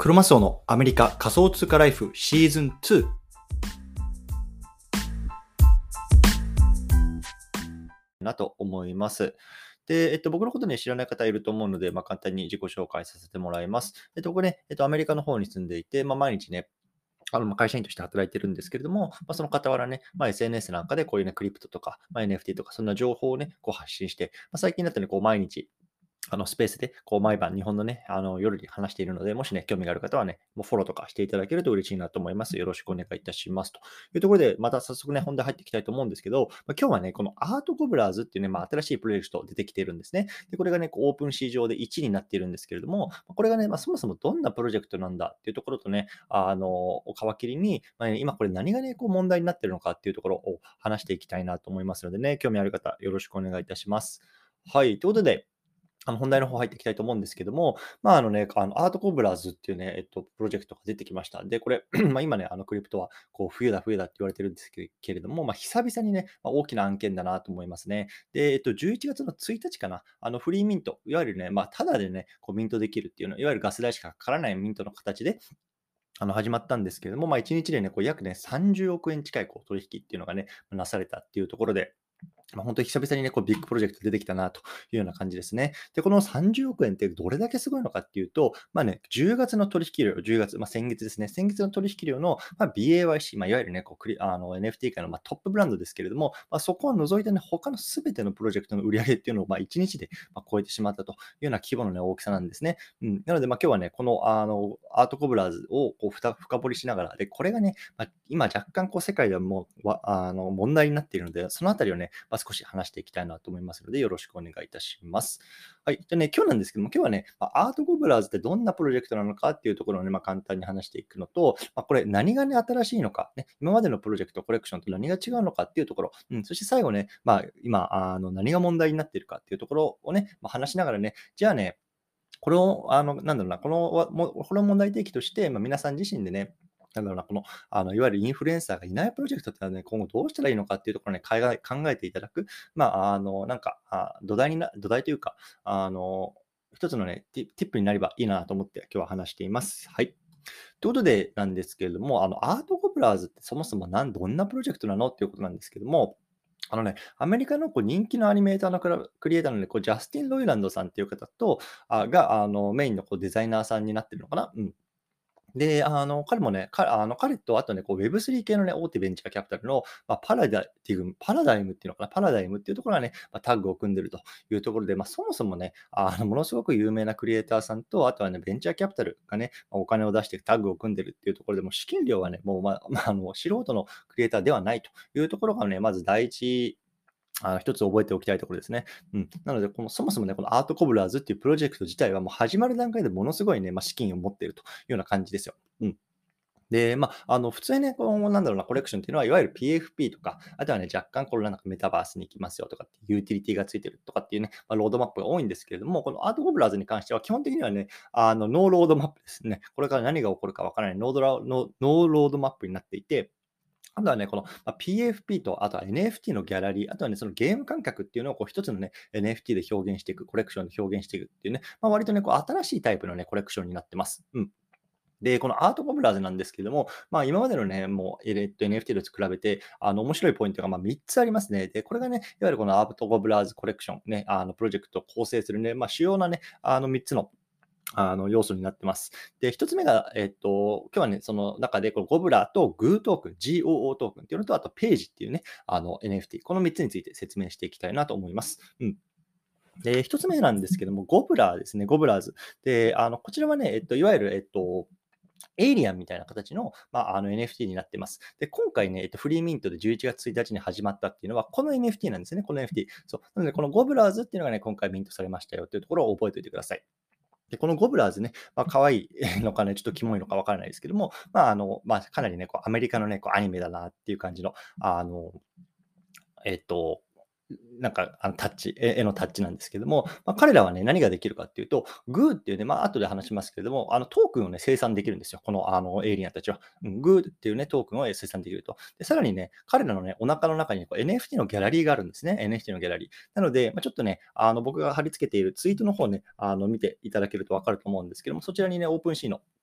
クロマスオのアメリカ仮想通貨ライフシーズン2なと思います。で、僕のことね、知らない方いると思うので、簡単に自己紹介させてもらいます。僕ね、アメリカの方に住んでいて、毎日ね、会社員として働いてるんですけれども、その傍らね、SNS なんかでこういうね、クリプトとか、NFT とか、そんな情報をね、こう発信して、最近だとね、こう毎日、スペースで、こう、毎晩日本のね、夜に話しているので、もしね、興味がある方はね、もうフォローとかしていただけると嬉しいなと思います。よろしくお願いいたします。というところで、また早速ね、本題入っていきたいと思うんですけど、今日はね、このアートゴブラーズっていうね、新しいプロジェクト出てきているんですね。で、これがね、こうオープン市場で1になっているんですけれども、これがね、そもそもどんなプロジェクトなんだっていうところとね、皮切りに、今これ何がね、こう問題になっているのかっていうところを話していきたいなと思いますのでね、興味ある方、よろしくお願いいたします。はい。ということで、本題の方入っていきたいと思うんですけども、アートコブラーズっていうね、プロジェクトが出てきました。で、これ、今ね、クリプトは、こう、冬だって言われてるんですけれども、久々にね、大きな案件だなと思いますね。で、11月の1日かな、フリーミント、いわゆるね、ただでね、こう、ミントできるっていうの、いわゆるガス代しかかからないミントの形で、始まったんですけれども、1日でね、こう、約ね、30億円近い、こう、取引っていうのがね、なされたっていうところで、本当に久々にね、こうビッグプロジェクト出てきたなというような感じですね。で、この30億円ってどれだけすごいのかっていうと、10月の取引量、10月、先月ですね、先月の取引量の、BAYC、いわゆるね、こうNFT 界の、トップブランドですけれども、そこを除いてね、他のすべてのプロジェクトの売り上げっていうのを、1日で、超えてしまったというような規模の、ね、大きさなんですね。なので、今日はね、この、アートコブラーズをこう深掘りしながら、で、これがね、今若干こう世界ではもう、問題になっているので、そのあたりをね、少し話していきたいなと思いますので、よろしくお願いいたします。はい。じゃあね、今日なんですけども、今日はね、アートゴブラーズってどんなプロジェクトなのかっていうところをね、簡単に話していくのと、これ何がね、新しいのか、ね、今までのプロジェクト、コレクションと何が違うのかっていうところ、そして最後ね、今、何が問題になっているかっていうところをね、話しながらね、じゃあね、これを、なんだろうな、この問題提起として、皆さん自身でね、なんだろうな、いわゆるインフルエンサーがいないプロジェクトってのはね、今後どうしたらいいのかっていうところをね、考えていただく、土台というか、一つのね、ティップになればいいなと思って今日は話しています。はい。ということでなんですけれども、アートコプラーズってそもそもどんなプロジェクトなのっていうことなんですけども、アメリカのこう人気のアニメーターのクリエイターのね、こうジャスティン・ロイランドさんっていう方と、メインのこうデザイナーさんになってるのかな。で、彼もね、彼とあとね、こう Web3 系のね、大手ベンチャーキャピタルの、パラダイムっていうのかな、パラダイムっていうところがね、タッグを組んでるというところで、そもそもね、ものすごく有名なクリエイターさんと、あとはね、ベンチャーキャピタルがね、お金を出してタッグを組んでるっていうところでも、資金量はね、もう、素人のクリエイターではないというところがね、まず第一一つ覚えておきたいところですね。なので、そもそもね、このアートコブラーズっていうプロジェクト自体はもう始まる段階でものすごいね、資金を持っているというような感じですよ。で、普通にね、コレクションっていうのは、いわゆる PFP とか、あとはね、若干メタバースに行きますよとかっていうユーティリティがついてるとかっていうね、ロードマップが多いんですけれども、このアートコブラーズに関しては、基本的にはね、ノーロードマップですね。これから何が起こるかわからないノーロードマップになっていて、あとはね、PFP と、あとは NFT のギャラリー、あとはね、そのゲーム感覚っていうのをこう一つのね、NFT で表現していく、コレクションで表現していくっていうね、割とね、こう新しいタイプのね、コレクションになってます。で、このアートコブラーズなんですけども、今までのね、もう、NFT と比べて、面白いポイントが、3つありますね。で、これがね、いわゆるこのアートコブラーズコレクション、ね、プロジェクトを構成するね、主要なね、3つの要素になってます。で、一つ目が、今日はね、その中で、このゴブラーとグートークン、GOO トークンっていうのと、あとページっていうね、NFT、この3つについて説明していきたいなと思います。で、一つ目なんですけども、ゴブラーですね、ゴブラーズ。で、こちらはね、いわゆる、エイリアンみたいな形の、NFT になってます。で、今回ね、フリーミントで11月1日に始まったっていうのは、この NFT なんですね、この NFT。そう。なので、このゴブラーズっていうのがね、今回ミントされましたよというところを覚えておいてください。で、このゴブラーズね、可愛いのかね、ちょっとキモいのかわからないですけども、かなりね、こうアメリカのね、こうアニメだなっていう感じの、えっと、タッチ、絵のタッチなんですけども、彼らはね、何ができるかっていうと、グーっていうね、後で話しますけれども、トークンをね、生産できるんですよ。この、エイリアンたちは。グーっていうね、トークンを生産できると。で、さらにね、彼らのね、お腹の中にこう NFT のギャラリーがあるんですね。NFT のギャラリー。なので、ちょっとね、僕が貼り付けているツイートの方ね、見ていただけるとわかると思うんですけども、そちらにね、オープンシーの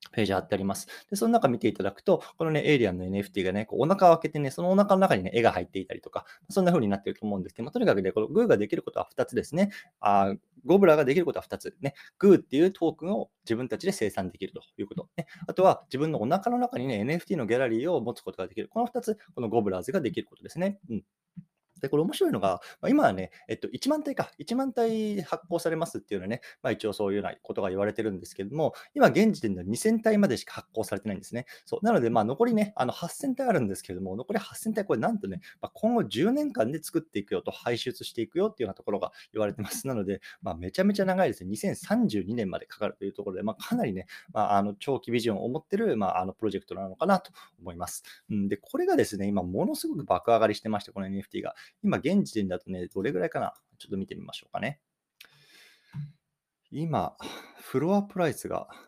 ページ貼ってあります。で、その中見ていただくと、このね、エイリアンの NFT がね、こうお腹を開けてね、そのお腹の中にね、絵が入っていたりとか、そんな風になっていると思うんですけども、とにかくね、このグーができることは2つですね。ゴブラができることは2つ。ね、グーっていうトークンを自分たちで生産できるということ。ね、あとは自分のお腹の中にね、NFT のギャラリーを持つことができる。この2つ、このゴブラーズができることですね。うん。で、これ面白いのが、今はね、1万体か、1万体発行されますっていうのはね、一応そういうようなことが言われてるんですけども、今現時点では2000体までしか発行されてないんですね。そう。なので、残りね、8000体あるんですけども、残り8000体、これなんとね、今後10年間で作っていくよと、排出していくよっていうようなところが言われてます。なので、めちゃめちゃ長いですね。2032年までかかるというところで、かなりね、長期ビジョンを持ってる、プロジェクトなのかなと思います。うん、で、これがですね、今ものすごく爆上がりしてまして、この NFT が。今現時点だとね、どれぐらいかな、ちょっと見てみましょうかね。今、フロアプライスが、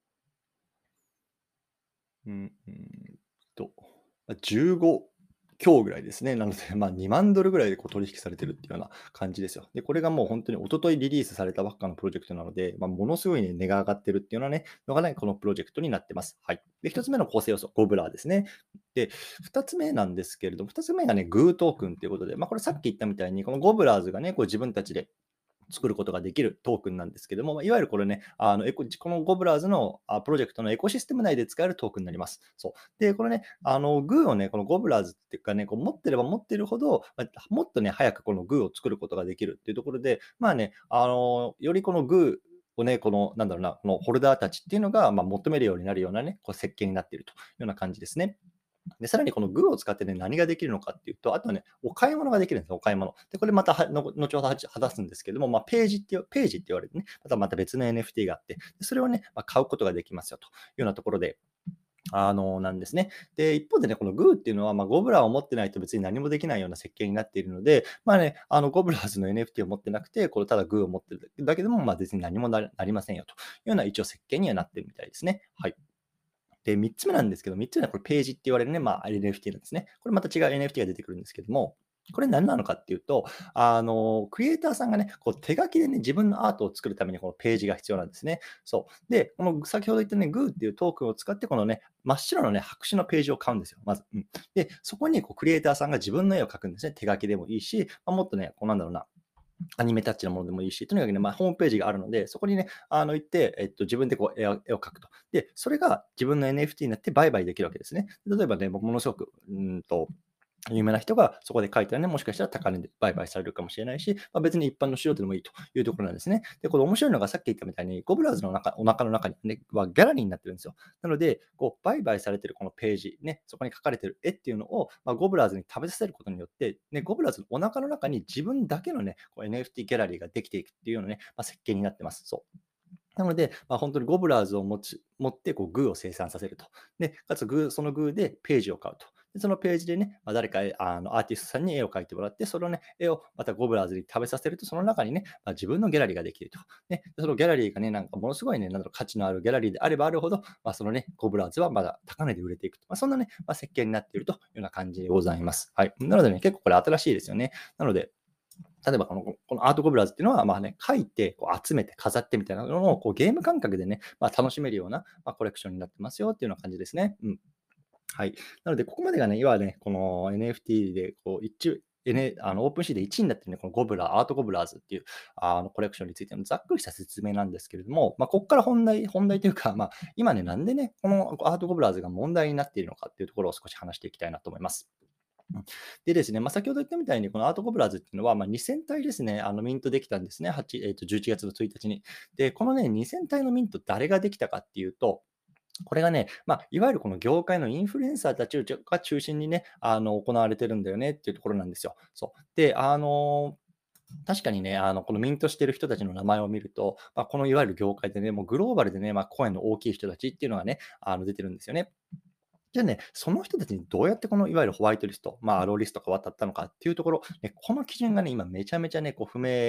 と、15強ぐらいですね。なので、2万ドルぐらいでこう取引されてるっていうような感じですよ。で、これがもう本当に一昨日リリースされたばっかのプロジェクトなので、ものすごいね、値が上がってるっていうのがね、このプロジェクトになってます。はい。で、1つ目の構成要素、ゴブラーですね。で、2つ目なんですけれども、2つ目がね、グートークンということで、これさっき言ったみたいに、このゴブラーズがね、こう自分たちで作ることができるトークンなんですけども、いわゆるこれね、このゴブラーズのプロジェクトのエコシステム内で使えるトークンになります。そう。で、これね、グーをね、このゴブラーズっていうかね、こう持ってれば持ってるほど、もっとね、早くこのグーを作ることができるっていうところで、よりこのグーをね、この、なんだろうな、このホルダーたちっていうのが、求めるようになるようなね、こう設計になっているというような感じですね。で、さらにこのグーを使ってね、何ができるのかっていうと、あとはね、お買い物ができるんですよ、お買い物。で、これまた後ほど話すんですけども、ページって言われてね、また別の NFT があって、でそれをね、買うことができますよというようなところで、なんですね。で、一方でね、このグーっていうのは、ゴブラーを持ってないと別に何もできないような設計になっているので、ゴブラーズの NFT を持ってなくて、これただグーを持ってるだけでも、別に何もなりませんよというような一応設計にはなってるみたいですね。はい。で、3つ目なんですけど、3つ目はこれページって言われるね、NFT なんですね。これまた違う NFT が出てくるんですけども、これ何なのかっていうと、クリエイターさんがね、こう手書きでね、自分のアートを作るためにこのページが必要なんですね。そう。で、この先ほど言ったね、グーっていうトークンを使って、このね、真っ白のね、白紙のページを買うんですよ、まず。うん。で、そこにこうクリエイターさんが自分の絵を描くんですね。手書きでもいいし、もっとね、こうなんだろうな、アニメタッチのものでもいいし、とにかくね、ホームページがあるので、そこにね、行って、自分でこう絵を描くと。で、それが自分の NFT になって売買できるわけですね。例えばね、ものすごく、有名な人がそこで書いたらね、もしかしたら高値で売買されるかもしれないし、別に一般の素人でもいいというところなんですね。で、これ面白いのがさっき言ったみたいに、ゴブラーズのお腹の中にね、はギャラリーになってるんですよ。なので、こう、売買されてるこのページ、ね、そこに書かれてる絵っていうのを、ゴブラーズに食べさせることによって、ね、ゴブラーズのお腹の中に自分だけのね、こう NFT ギャラリーができていくっていうようなね、設計になってます。そう。なので、本当にゴブラーズを持ってこうグーを生産させると。で、かつそのグーでページを買うと。で、そのページでね、誰かアーティストさんに絵を描いてもらって、そのね、絵をまたゴブラーズに食べさせると、その中にね、自分のギャラリーができると。ね、そのギャラリーがね、なんかものすごいね、なんだろう、価値のあるギャラリーであればあるほど、そのね、ゴブラーズはまだ高値で売れていくと。そんなね、設計になっているというような感じでございます。はい。なのでね、結構これ新しいですよね。なので、例えばこのアートゴブラーズっていうのは、書いて、こう集めて飾ってみたいなのを、こうゲーム感覚でね、楽しめるような、コレクションになってますよっていうような感じですね。うん。はい。なので、ここまでがね、いわゆるね、この NFT で、こう、オープンシーで1位になってるね、このアートゴブラーズっていう、コレクションについてのざっくりした説明なんですけれども、ここから本題というか、今ね、なんでね、このアートゴブラーズが問題になっているのかっていうところを少し話していきたいなと思います。でですね、先ほど言ったみたいに、このアートコブラーズっていうのは、2000体ですね、ミントできたんですね、11月の1日に。で、このね、2000体のミント、誰ができたかっていうと、これがね、いわゆるこの業界のインフルエンサーたちが中心にね、行われてるんだよねっていうところなんですよ。そう。で、確かにね、このミントしてる人たちの名前を見ると、このいわゆる業界でね、もうグローバルでね、声の大きい人たちっていうのがね、出てるんですよね。じゃあね、その人たちにどうやってこのいわゆるホワイトリスト、アローリストが渡ったのかっていうところ、この基準がね、今めちゃめちゃね、こう不明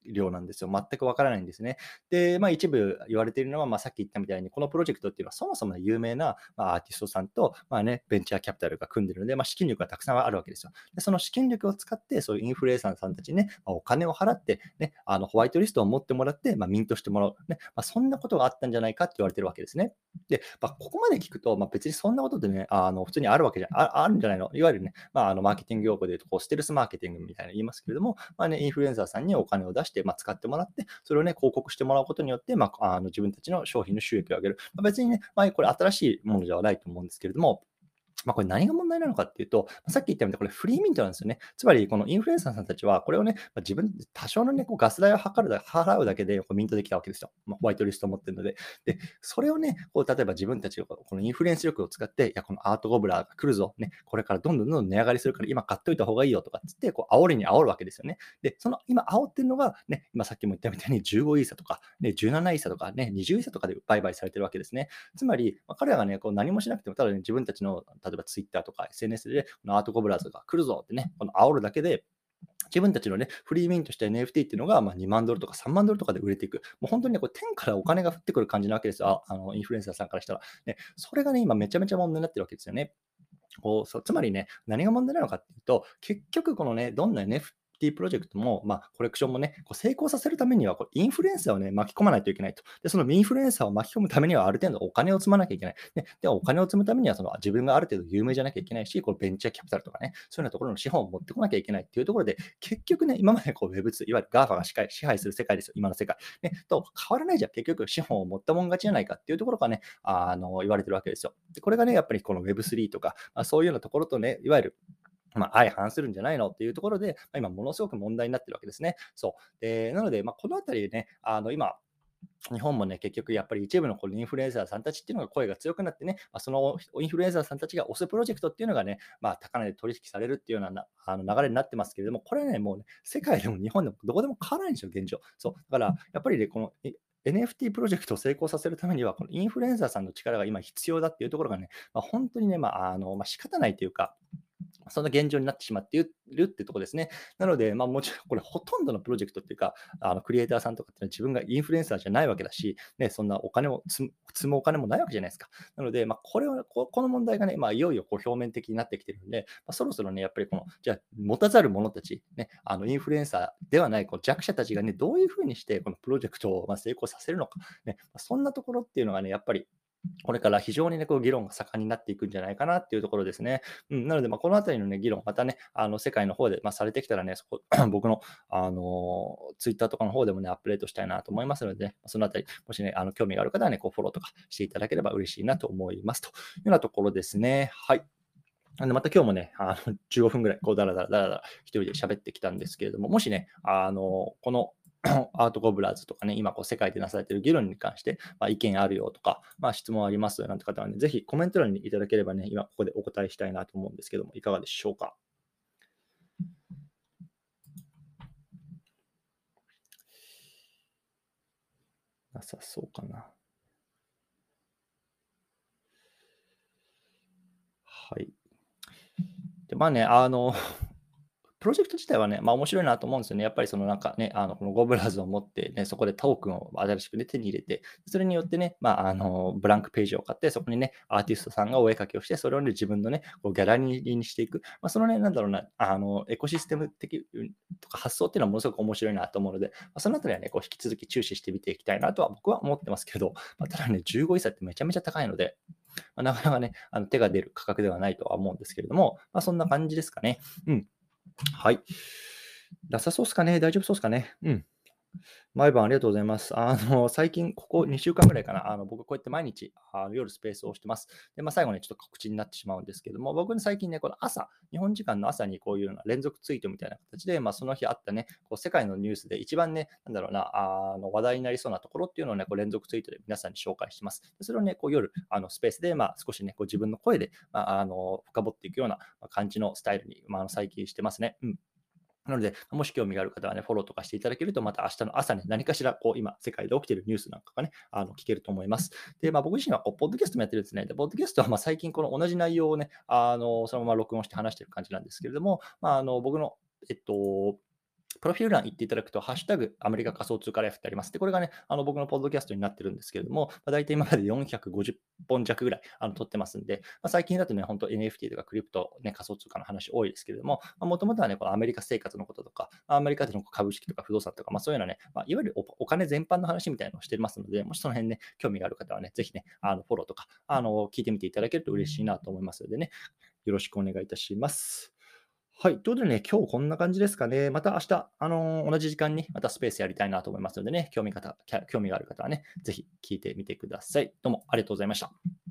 量なんですよ。全くわからないんですね。で、一部言われているのは、さっき言ったみたいに、このプロジェクトっていうのはそもそも有名な、アーティストさんと、ベンチャーキャピタルが組んでるので、資金力がたくさんあるわけですよ。で、その資金力を使って、そういうインフルエンサーさんたちにね、お金を払って、ね、ホワイトリストを持ってもらって、ミントしてもらう。ね、そんなことがあったんじゃないかって言われてるわけですね。で、ここまで聞くと、別にそんなことでね、普通にあるわけじゃあるんじゃないの、いわゆるね、マーケティング用語で言うと、こうステルスマーケティングみたいな言いますけれども、インフルエンサーさんにお金を出して、使ってもらって、それをね、広告してもらうことによって、自分たちの商品の収益を上げる。別にね、これ新しいものではないと思うんですけれども、これ何が問題なのかっていうと、さっき言ったようにこれフリーミントなんですよね。つまりこのインフルエンサーさんたちは、これをね、自分多少のね、こうガス代を払うだけでこうミントできたわけですよ。ホワイトリストを持ってるので。で、それをね、こう例えば自分たちがこのインフルエンス力を使って、いや、このアートゴブラーが来るぞ、ね、これからどんどん値上がりするから今買っといた方がいいよとかっつって、こう煽りに煽るわけですよね。で、その今煽ってるのが、ね、今さっきも言ったみたいに15イーサとか、ね、17イーサとか、ね、20イーサとかで売買されてるわけですね。つまり、彼らがね、こう何もしなくても、ただね、自分たちの、例えばツイッターとか SNS で、このアートコブラーズが来るぞってね、この煽るだけで、自分たちのね、フリーミントした NFT っていうのが、2万ドルとか3万ドルとかで売れていく。もう本当にね、これ天からお金が降ってくる感じなわけですよ。インフルエンサーさんからしたら。ね、それがね、今めちゃめちゃ問題になってるわけですよね。つまりね、何が問題なのかっていうと、結局このね、どんな NFT プロジェクトも、コレクションもね、こう成功させるためには、インフルエンサーをね、巻き込まないといけないと。で、そのインフルエンサーを巻き込むためには、ある程度お金を積まなきゃいけない。で、お金を積むためには、自分がある程度有名じゃなきゃいけないし、こうベンチャーキャピタルとかね、そういうようなところの資本を持ってこなきゃいけないっていうところで、結局ね、今までこう Web2、いわゆる GAFA が支配する世界ですよ、今の世界。ね、と変わらないじゃん。結局、資本を持ったもん勝ちじゃないかっていうところがね、言われてるわけですよ。で、これがね、やっぱりこの Web3 とか、そういうようなところとね、いわゆる相反するんじゃないのっていうところで、今ものすごく問題になってるわけですね。そう。で、なので、このあたりでね、今、日本もね、結局やっぱり一部のこのインフルエンサーさんたちっていうのが声が強くなってね、そのインフルエンサーさんたちが推すプロジェクトっていうのがね、高値で取引されるっていうような流れになってますけれども、これはね、もうね、世界でも日本でもどこでも変わらないんですよ、現状。そう。だから、やっぱりね、このNFT プロジェクトを成功させるためには、このインフルエンサーさんの力が今必要だっていうところがね、本当にね、仕方ないというか、そんな現状になってしまっているってところですね。なので、もちろんこれほとんどのプロジェクトっていうか、クリエイターさんとかってのは自分がインフルエンサーじゃないわけだし、ね、そんなお金を積むお金もないわけじゃないですか。なので、これはこの問題がね、いよいよこう表面的になってきてるんで、そろそろね、やっぱりじゃあ、持たざる者たち、ね、インフルエンサーではないこう弱者たちがね、どういうふうにしてこのプロジェクトを成功させるのか、ね、そんなところっていうのがね、やっぱりこれから非常にね、こう議論が盛んになっていくんじゃないかなっていうところですね。なので、このあたりのね、議論、またね、世界の方で、されてきたらね、僕の、ツイッターとかの方でもね、アップデートしたいなと思いますので、そのあたり、もしね、興味がある方はね、こうフォローとかしていただければ嬉しいなと思いますというようなところですね。はい。また今日もね、15分ぐらい、こう、だらだら一人で喋ってきたんですけれども、もしね、このアートゴブラーズとかね、今こう世界でなされている議論に関して、意見あるよとか、質問ありますなんて方はね、ぜひコメント欄にいただければね、今ここでお答えしたいなと思うんですけども、いかがでしょうか。なさそうかな。はい。で、プロジェクト自体はね、面白いなと思うんですよね。やっぱりそのなんかね、このゴブラーズを持ってね、そこでトークンを新しくね、手に入れて、それによってね、ブランクページを買って、そこにね、アーティストさんがお絵描きをして、それをね、自分のね、こうギャラリーにしていく。そのね、なんだろうな、エコシステム的とか発想っていうのはものすごく面白いなと思うので、そのあたりはね、こう引き続き注視して見ていきたいなとは僕は思ってますけど、ただね、15イーサってめちゃめちゃ高いので、なかなかね、手が出る価格ではないとは思うんですけれども、そんな感じですかね。うん。はい。なさそうっすかね？大丈夫そうっすかね？うん。毎晩ありがとうございます。最近ここ2週間ぐらいかな、僕こうやって毎日、夜スペースをしてます。で、最後にちょっと告知になってしまうんですけども、僕ね、最近ね、この朝、日本時間の朝にこういうような連続ツイートみたいな形で、その日あったね、こう世界のニュースで一番ね、なんだろうな、話題になりそうなところっていうのをね、こう連続ツイートで皆さんに紹介してます。でそれをね、こう夜、スペースで、少しね、こう自分の声で、深掘っていくような感じのスタイルに、最近してますね。うん。なので、もし興味がある方はね、フォローとかしていただけると、また明日の朝ね、何かしら、こう、今、世界で起きているニュースなんかがね、聞けると思います。で、僕自身は、こう、ポッドキャストもやってるんですね。で、ポッドキャストは、最近、この同じ内容をね、そのまま録音して話してる感じなんですけれども、僕の、 プロフィール欄行っていただくと、ハッシュタグアメリカ仮想通貨ライフってあります。で、これがね、僕のポッドキャストになってるんですけれども、大体今まで450本弱ぐらい撮ってますんで、最近だとね、本当 NFT とかクリプト、ね、仮想通貨の話多いですけれども、もともとはね、このアメリカ生活のこととか、アメリカでの株式とか不動産とか、そういうようなね、いわゆるお金全般の話みたいなのをしてますので、もしその辺ね、興味がある方はね、ぜひね、フォローとか、聞いてみていただけると嬉しいなと思いますのでね、よろしくお願いいたします。はい。ということでね、今日こんな感じですかね。また明日、同じ時間にまたスペースやりたいなと思いますのでね、興味がある方はね、ぜひ聞いてみてください。どうもありがとうございました。